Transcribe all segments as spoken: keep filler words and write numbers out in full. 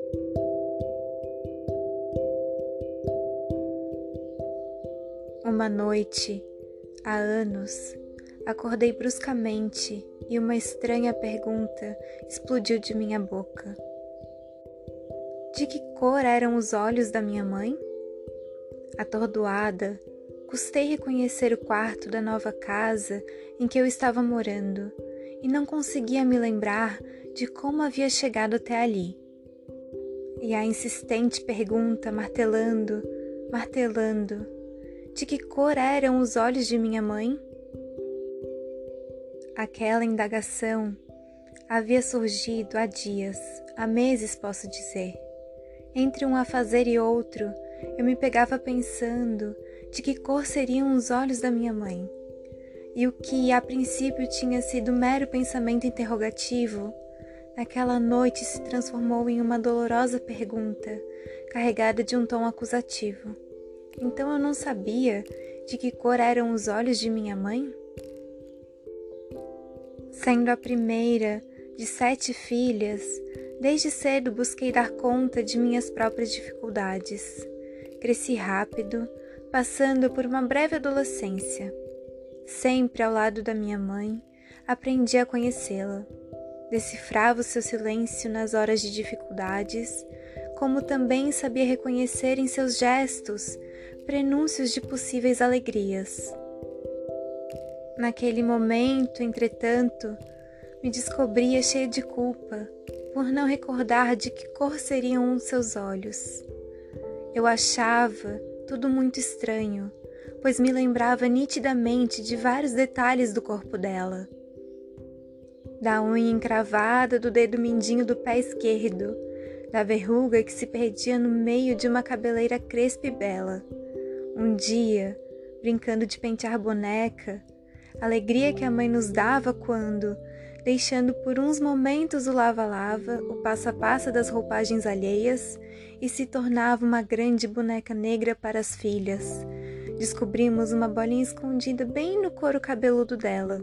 Uma noite, há anos, acordei bruscamente e uma estranha pergunta explodiu de minha boca. De que cor eram os olhos da minha mãe? Atordoada, custei reconhecer o quarto da nova casa em que eu estava morando e não conseguia me lembrar de como havia chegado até ali. E a insistente pergunta martelando, martelando, de que cor eram os olhos de minha mãe? Aquela indagação havia surgido há dias, há meses posso dizer. Entre um afazer e outro, eu me pegava pensando de que cor seriam os olhos da minha mãe. E o que a princípio tinha sido mero pensamento interrogativo, naquela noite se transformou em uma dolorosa pergunta, carregada de um tom acusativo. Então eu não sabia de que cor eram os olhos de minha mãe? Sendo a primeira de sete filhas, desde cedo busquei dar conta de minhas próprias dificuldades. Cresci rápido, passando por uma breve adolescência. Sempre ao lado da minha mãe, aprendi a conhecê-la. Decifrava o seu silêncio nas horas de dificuldades, como também sabia reconhecer em seus gestos prenúncios de possíveis alegrias. Naquele momento, entretanto, me descobria cheia de culpa por não recordar de que cor seriam os seus olhos. Eu achava tudo muito estranho, pois me lembrava nitidamente de vários detalhes do corpo dela. Da unha encravada do dedo mindinho do pé esquerdo, da verruga que se perdia no meio de uma cabeleira crespa e bela. Um dia, brincando de pentear boneca, alegria que a mãe nos dava quando, deixando por uns momentos o lava-lava, o passa-passa das roupagens alheias, e se tornava uma grande boneca negra para as filhas, descobrimos uma bolinha escondida bem no couro cabeludo dela.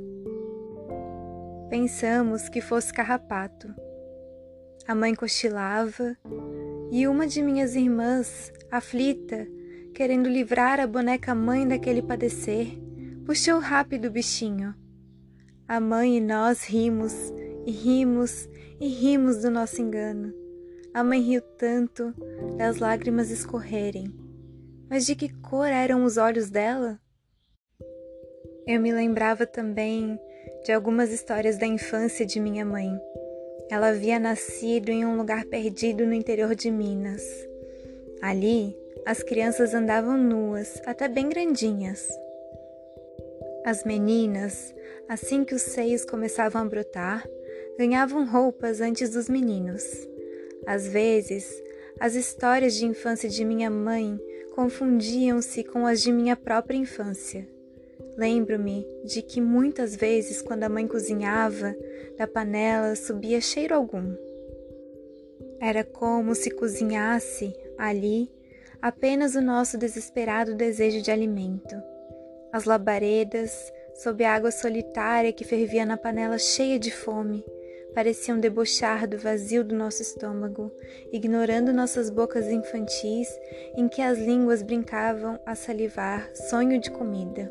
Pensamos que fosse carrapato. A mãe cochilava, e uma de minhas irmãs, aflita, querendo livrar a boneca-mãe daquele padecer, puxou rápido o bichinho. A mãe e nós rimos, e rimos, e rimos do nosso engano. A mãe riu tanto, das lágrimas escorrerem. Mas de que cor eram os olhos dela? Eu me lembrava também de algumas histórias da infância de minha mãe. Ela havia nascido em um lugar perdido no interior de Minas. Ali, as crianças andavam nuas, até bem grandinhas. As meninas, assim que os seios começavam a brotar, ganhavam roupas antes dos meninos. Às vezes, as histórias de infância de minha mãe confundiam-se com as de minha própria infância. Lembro-me de que muitas vezes, quando a mãe cozinhava, da panela subia cheiro algum. Era como se cozinhasse, ali, apenas o nosso desesperado desejo de alimento. As labaredas, sob a água solitária que fervia na panela cheia de fome, pareciam debochar do vazio do nosso estômago, ignorando nossas bocas infantis em que as línguas brincavam a salivar sonho de comida.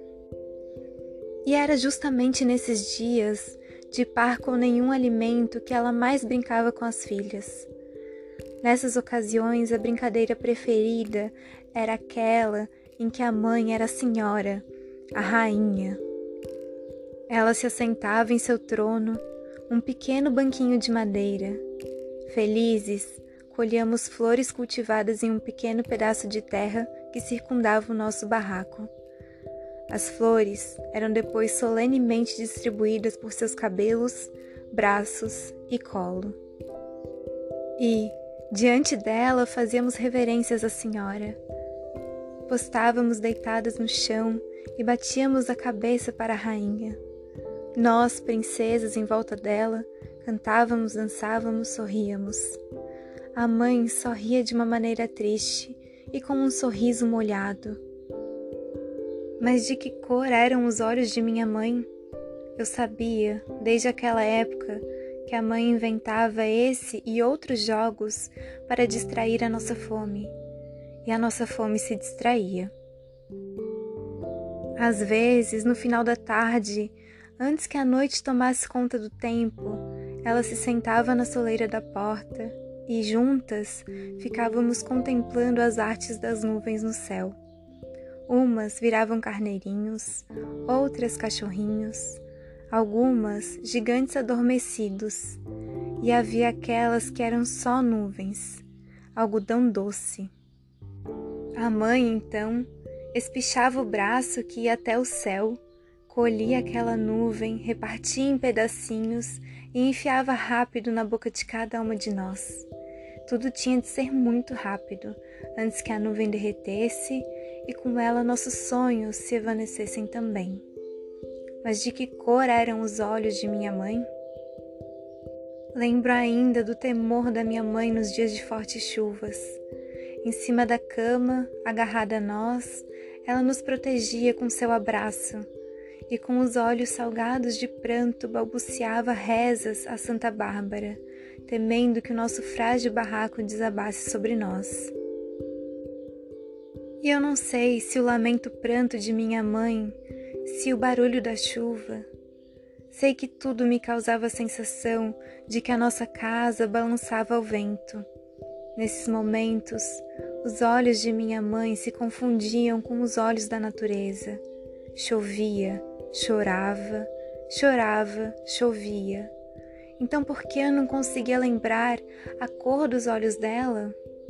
E era justamente nesses dias, de par com nenhum alimento, que ela mais brincava com as filhas. Nessas ocasiões, a brincadeira preferida era aquela em que a mãe era a senhora, a rainha. Ela se assentava em seu trono, um pequeno banquinho de madeira. Felizes, colhíamos flores cultivadas em um pequeno pedaço de terra que circundava o nosso barraco. As flores eram depois solenemente distribuídas por seus cabelos, braços e colo. E, diante dela, fazíamos reverências à senhora. Postávamos deitadas no chão e batíamos a cabeça para a rainha. Nós, princesas, em volta dela, cantávamos, dançávamos, sorríamos. A mãe sorria de uma maneira triste e com um sorriso molhado. Mas de que cor eram os olhos de minha mãe? Eu sabia, desde aquela época, que a mãe inventava esse e outros jogos para distrair a nossa fome, e a nossa fome se distraía. Às vezes, no final da tarde, antes que a noite tomasse conta do tempo, ela se sentava na soleira da porta e, juntas, ficávamos contemplando as artes das nuvens no céu. Umas viravam carneirinhos, outras cachorrinhos, algumas gigantes adormecidos, e havia aquelas que eram só nuvens, algodão doce. A mãe, então, espichava o braço que ia até o céu, colhia aquela nuvem, repartia em pedacinhos e enfiava rápido na boca de cada uma de nós. Tudo tinha de ser muito rápido, antes que a nuvem derretesse e com ela nossos sonhos se evanecessem também. Mas de que cor eram os olhos de minha mãe? Lembro ainda do temor da minha mãe nos dias de fortes chuvas. Em cima da cama, agarrada a nós, ela nos protegia com seu abraço e com os olhos salgados de pranto balbuciava rezas a Santa Bárbara, temendo que o nosso frágil barraco desabasse sobre nós. E eu não sei se o lamento pranto de minha mãe, se o barulho da chuva, sei que tudo me causava a sensação de que a nossa casa balançava ao vento. Nesses momentos, os olhos de minha mãe se confundiam com os olhos da natureza. Chovia, chorava, chorava, chovia. Então por que eu não conseguia lembrar a cor dos olhos dela?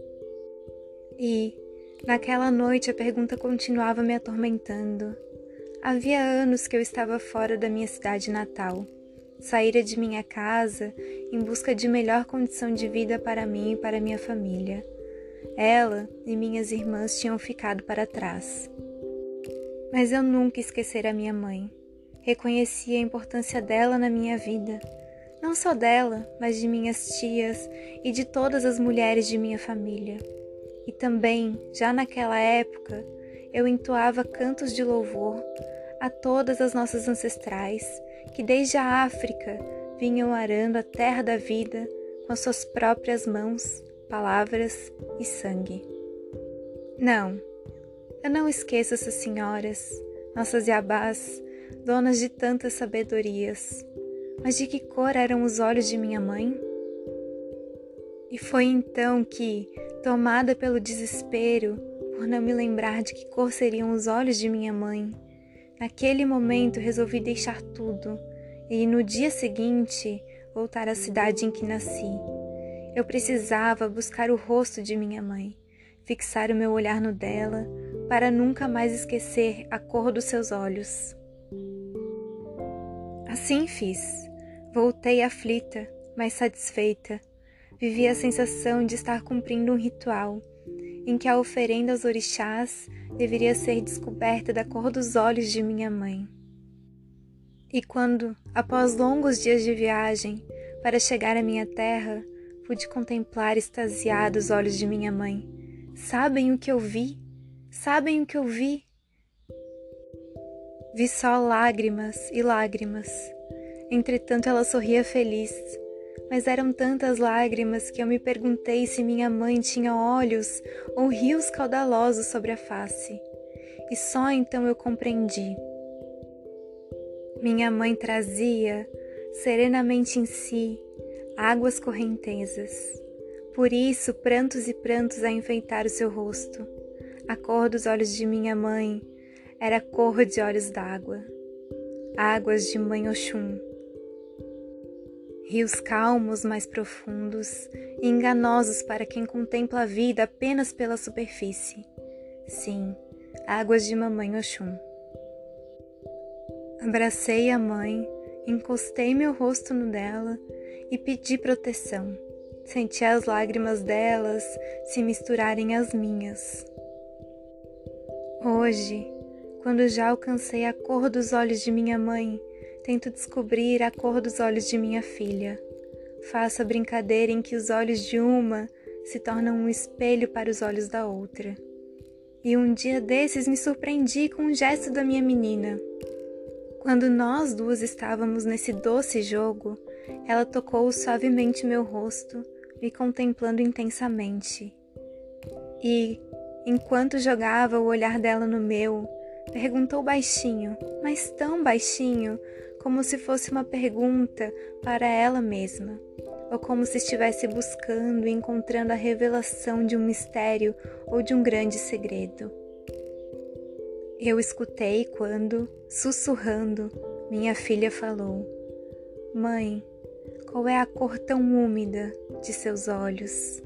E, naquela noite, a pergunta continuava me atormentando. Havia anos que eu estava fora da minha cidade natal. Saíra de minha casa em busca de melhor condição de vida para mim e para minha família. Ela e minhas irmãs tinham ficado para trás. Mas eu nunca esquecera minha mãe. Reconheci a importância dela na minha vida. Não só dela, mas de minhas tias e de todas as mulheres de minha família. E também, já naquela época, eu entoava cantos de louvor a todas as nossas ancestrais, que desde a África vinham arando a terra da vida com as suas próprias mãos, palavras e sangue. Não, eu não esqueço essas senhoras, nossas iabás, donas de tantas sabedorias. Mas de que cor eram os olhos de minha mãe? E foi então que, tomada pelo desespero, por não me lembrar de que cor seriam os olhos de minha mãe, naquele momento resolvi deixar tudo e, no dia seguinte, voltar à cidade em que nasci. Eu precisava buscar o rosto de minha mãe, fixar o meu olhar no dela, para nunca mais esquecer a cor dos seus olhos. Assim fiz. Voltei aflita, mas satisfeita. Vivi a sensação de estar cumprindo um ritual, em que a oferenda aos orixás deveria ser descoberta da cor dos olhos de minha mãe. E quando, após longos dias de viagem, para chegar à minha terra, pude contemplar extasiado os olhos de minha mãe, sabem o que eu vi? Sabem o que eu vi? Vi só lágrimas e lágrimas. Entretanto, ela sorria feliz, mas eram tantas lágrimas que eu me perguntei se minha mãe tinha olhos ou rios caudalosos sobre a face. E só então eu compreendi. Minha mãe trazia, serenamente em si, águas correntezas. Por isso, prantos e prantos a enfeitar o seu rosto. A cor dos olhos de minha mãe era a cor de olhos d'água. Águas de Mãe Oxum. Rios calmos, mais profundos e enganosos para quem contempla a vida apenas pela superfície. Sim, águas de Mamãe Oxum. Abracei a mãe, encostei meu rosto no dela e pedi proteção. Senti as lágrimas delas se misturarem às minhas. Hoje, quando já alcancei a cor dos olhos de minha mãe, tento descobrir a cor dos olhos de minha filha. Faço a brincadeira em que os olhos de uma se tornam um espelho para os olhos da outra. E um dia desses me surpreendi com um gesto da minha menina. Quando nós duas estávamos nesse doce jogo, ela tocou suavemente meu rosto, me contemplando intensamente. E, enquanto jogava o olhar dela no meu, perguntou baixinho, mas tão baixinho, como se fosse uma pergunta para ela mesma, ou como se estivesse buscando e encontrando a revelação de um mistério ou de um grande segredo. Eu escutei quando, sussurrando, minha filha falou: "Mãe, qual é a cor tão úmida de seus olhos?"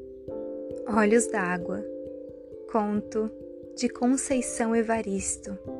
Olhos d'Água. Conto de Conceição Evaristo.